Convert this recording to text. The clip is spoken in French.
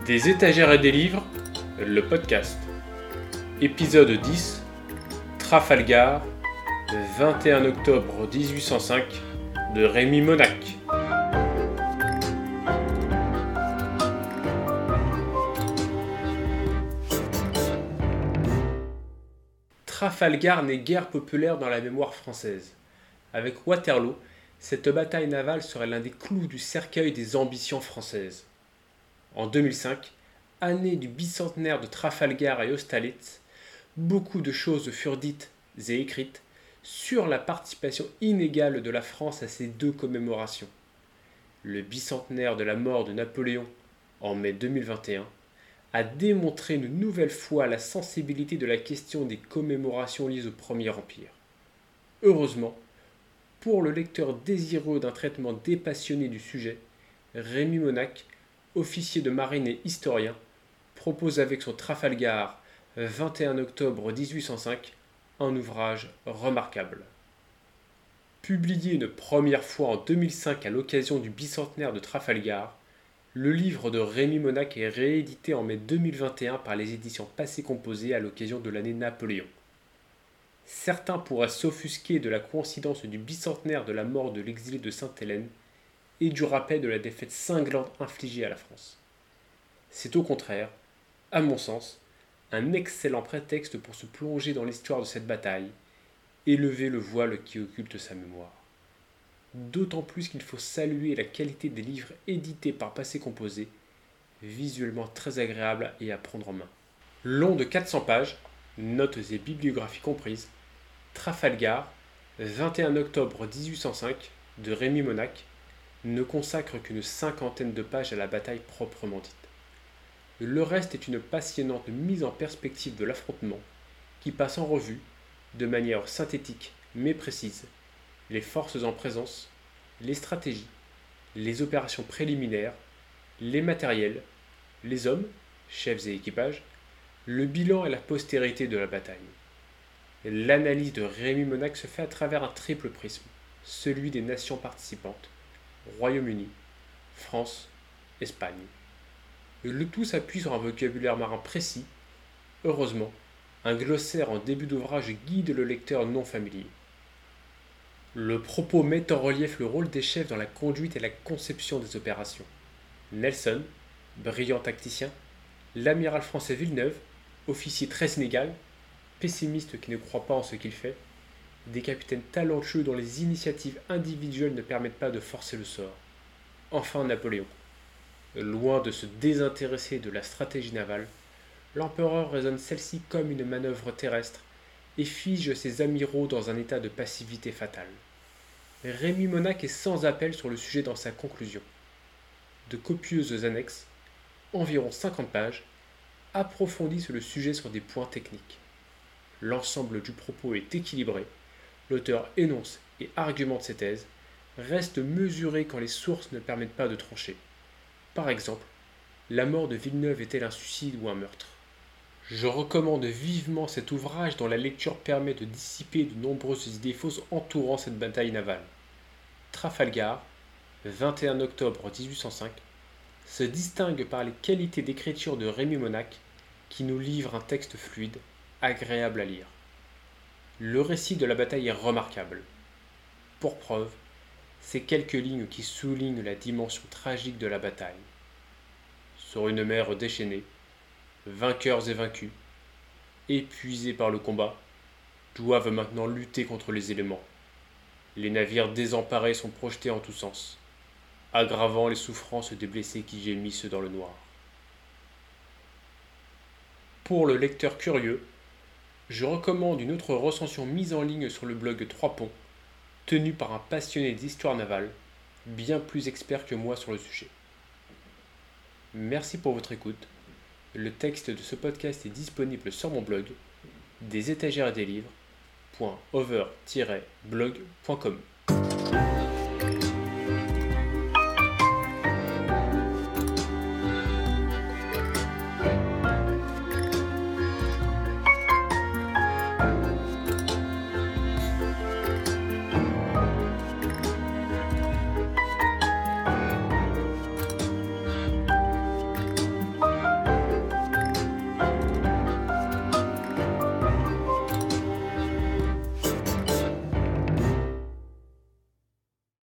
Des étagères et des livres, le podcast. Épisode 10, Trafalgar, le 21 octobre 1805, de Rémy Monac. Trafalgar n'est guère populaire dans la mémoire française. Avec Waterloo, cette bataille navale serait l'un des clous du cercueil des ambitions françaises. En 2005, année du bicentenaire de Trafalgar et Austerlitz, beaucoup de choses furent dites et écrites sur la participation inégale de la France à ces deux commémorations. Le bicentenaire de la mort de Napoléon, en mai 2021, a démontré une nouvelle fois la sensibilité de la question des commémorations liées au Premier Empire. Heureusement, pour le lecteur désireux d'un traitement dépassionné du sujet, Rémy Monac, officier de marine et historien, propose avec son Trafalgar 21 octobre 1805 un ouvrage remarquable. Publié une première fois en 2005 à l'occasion du bicentenaire de Trafalgar, le livre de Rémy Monac est réédité en mai 2021 par les éditions Passé Composé à l'occasion de l'année Napoléon. Certains pourraient s'offusquer de la coïncidence du bicentenaire de la mort de l'exilé de Sainte-Hélène et du rappel de la défaite cinglante infligée à la France. C'est au contraire, à mon sens, un excellent prétexte pour se plonger dans l'histoire de cette bataille et lever le voile qui occulte sa mémoire. D'autant plus qu'il faut saluer la qualité des livres édités par Passé Composé, visuellement très agréables et à prendre en main. Long de 400 pages, notes et bibliographies comprises, Trafalgar, 21 octobre 1805, de Rémy Monac, ne consacre qu'une cinquantaine de pages à la bataille proprement dite. Le reste est une passionnante mise en perspective de l'affrontement qui passe en revue, de manière synthétique mais précise, les forces en présence, les stratégies, les opérations préliminaires, les matériels, les hommes, chefs et équipages, le bilan et la postérité de la bataille. L'analyse de Rémy Monac se fait à travers un triple prisme, celui des nations participantes, Royaume-Uni, France, Espagne. Le tout s'appuie sur un vocabulaire marin précis. Heureusement, un glossaire en début d'ouvrage guide le lecteur non familier. Le propos met en relief le rôle des chefs dans la conduite et la conception des opérations. Nelson, brillant tacticien, l'amiral français Villeneuve, officier très inégal, pessimiste qui ne croit pas en ce qu'il fait, des capitaines talentueux dont les initiatives individuelles ne permettent pas de forcer le sort. Enfin Napoléon. Loin de se désintéresser de la stratégie navale, l'empereur raisonne celle-ci comme une manœuvre terrestre et fige ses amiraux dans un état de passivité fatale. Rémy Monac est sans appel sur le sujet dans sa conclusion. De copieuses annexes, environ 50 pages, approfondissent le sujet sur des points techniques. L'ensemble du propos est équilibré, l'auteur énonce et argumente ses thèses, reste mesuré quand les sources ne permettent pas de trancher. Par exemple, la mort de Villeneuve est-elle un suicide ou un meurtre ? Je recommande vivement cet ouvrage dont la lecture permet de dissiper de nombreuses idées fausses entourant cette bataille navale. Trafalgar, 21 octobre 1805, se distingue par les qualités d'écriture de Rémy Monac qui nous livre un texte fluide, agréable à lire. Le récit de la bataille est remarquable. Pour preuve, ces quelques lignes qui soulignent la dimension tragique de la bataille. Sur une mer déchaînée, vainqueurs et vaincus, épuisés par le combat, doivent maintenant lutter contre les éléments. Les navires désemparés sont projetés en tous sens, aggravant les souffrances des blessés qui gémissent dans le noir. Pour le lecteur curieux, je recommande une autre recension mise en ligne sur le blog 3 Ponts, tenu par un passionné d'histoire navale, bien plus expert que moi sur le sujet. Merci pour votre écoute. Le texte de ce podcast est disponible sur mon blog, desétagères et des livres.over-blog.com.